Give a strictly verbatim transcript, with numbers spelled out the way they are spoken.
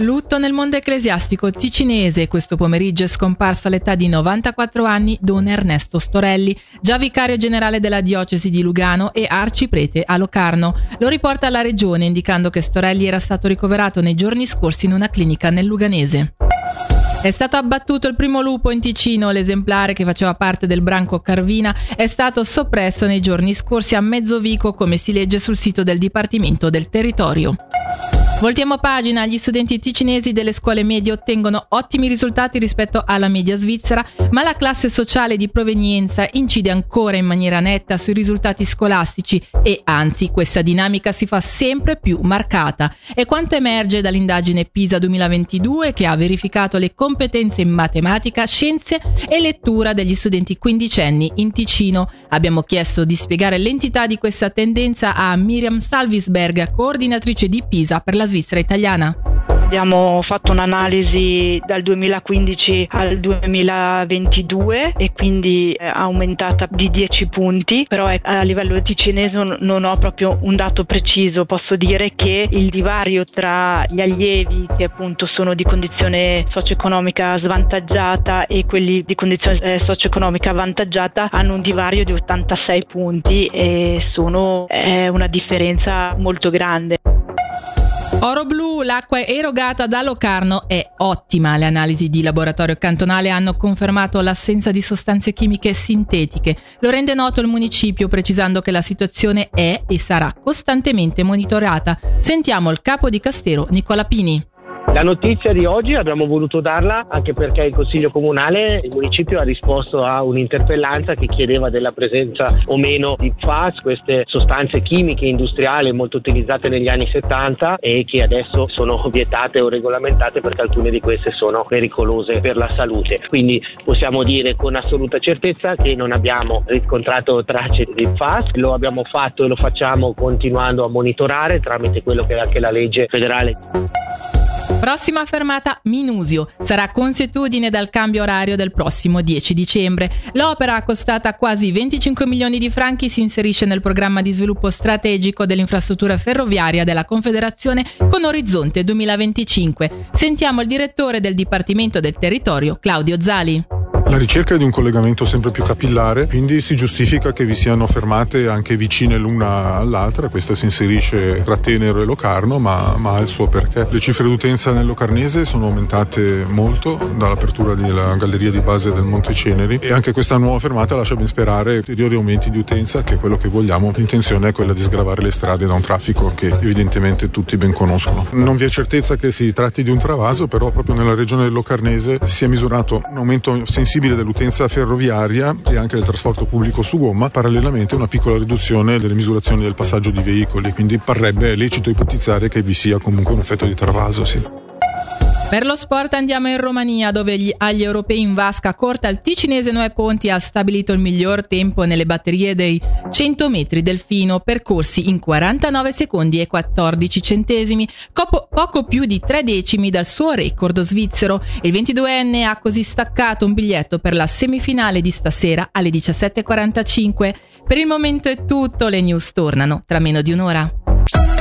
Lutto nel mondo ecclesiastico ticinese. Questo pomeriggio è scomparso all'età di novantaquattro anni Don Ernesto Storelli, già vicario generale della diocesi di Lugano e arciprete a Locarno. Lo riporta la regione, indicando che Storelli era stato ricoverato nei giorni scorsi in una clinica nel Luganese. È stato abbattuto il primo lupo in Ticino. L'esemplare, che faceva parte del branco Carvina, è stato soppresso nei giorni scorsi a Mezzovico, come si legge sul sito del Dipartimento del Territorio. Voltiamo pagina. Gli studenti ticinesi delle scuole medie ottengono ottimi risultati rispetto alla media svizzera, ma la classe sociale di provenienza incide ancora in maniera netta sui risultati scolastici e, anzi, questa dinamica si fa sempre più marcata. È quanto emerge dall'indagine PISA duemilaventidue, che ha verificato le competenze in matematica, scienze e lettura degli studenti quindicenni in Ticino. Abbiamo chiesto di spiegare l'entità di questa tendenza a Miriam Salvisberg, coordinatrice di PISA per la Svizzera italiana. Abbiamo fatto un'analisi dal duemilaquindici al duemilaventidue e quindi è aumentata di dieci punti, però a livello ticinese non ho proprio un dato preciso. Posso dire che il divario tra gli allievi che appunto sono di condizione socio-economica svantaggiata e quelli di condizione socio-economica avvantaggiata hanno un divario di ottantasei punti e sono è una differenza molto grande. Oro blu, l'acqua erogata da Locarno è ottima. Le analisi di laboratorio cantonale hanno confermato l'assenza di sostanze chimiche sintetiche. Lo rende noto il municipio, precisando che la situazione è e sarà costantemente monitorata. Sentiamo il capo di Castero, Nicola Pini. La notizia di oggi abbiamo voluto darla anche perché il Consiglio Comunale, il municipio, ha risposto a un'interpellanza che chiedeva della presenza o meno di P F A S, queste sostanze chimiche industriali molto utilizzate negli anni settanta e che adesso sono vietate o regolamentate perché alcune di queste sono pericolose per la salute. Quindi possiamo dire con assoluta certezza che non abbiamo riscontrato tracce di P F A S. Lo abbiamo fatto e lo facciamo continuando a monitorare tramite quello che è anche la legge federale. Prossima fermata Minusio. Sarà consuetudine dal cambio orario del prossimo dieci dicembre. L'opera, costata quasi venticinque milioni di franchi, si inserisce nel programma di sviluppo strategico dell'infrastruttura ferroviaria della Confederazione con orizzonte duemilaventicinque. Sentiamo il direttore del Dipartimento del Territorio, Claudio Zali. La ricerca è di un collegamento sempre più capillare, quindi si giustifica che vi siano fermate anche vicine l'una all'altra. Questa si inserisce tra Tenero e Locarno, ma, ma ha il suo perché. Le cifre d'utenza nel Locarnese sono aumentate molto dall'apertura della galleria di base del Monte Ceneri e anche questa nuova fermata lascia ben sperare ulteriori aumenti di utenza, che è quello che vogliamo. L'intenzione è quella di sgravare le strade da un traffico che evidentemente tutti ben conoscono. Non vi è certezza che si tratti di un travaso, però proprio nella regione del Locarnese si è misurato un aumento sensibile dell'utenza ferroviaria e anche del trasporto pubblico su gomma, parallelamente una piccola riduzione delle misurazioni del passaggio di veicoli, quindi parrebbe lecito ipotizzare che vi sia comunque un effetto di travaso, sì. Per lo sport andiamo in Romania, dove gli, agli europei in vasca corta il ticinese Noè Ponti ha stabilito il miglior tempo nelle batterie dei cento metri delfino, percorsi in quarantanove secondi e quattordici centesimi, copo, poco più di tre decimi dal suo record svizzero. Il ventiduenne ha così staccato un biglietto per la semifinale di stasera alle diciassette e quarantacinque. Per il momento è tutto, le news tornano tra meno di un'ora.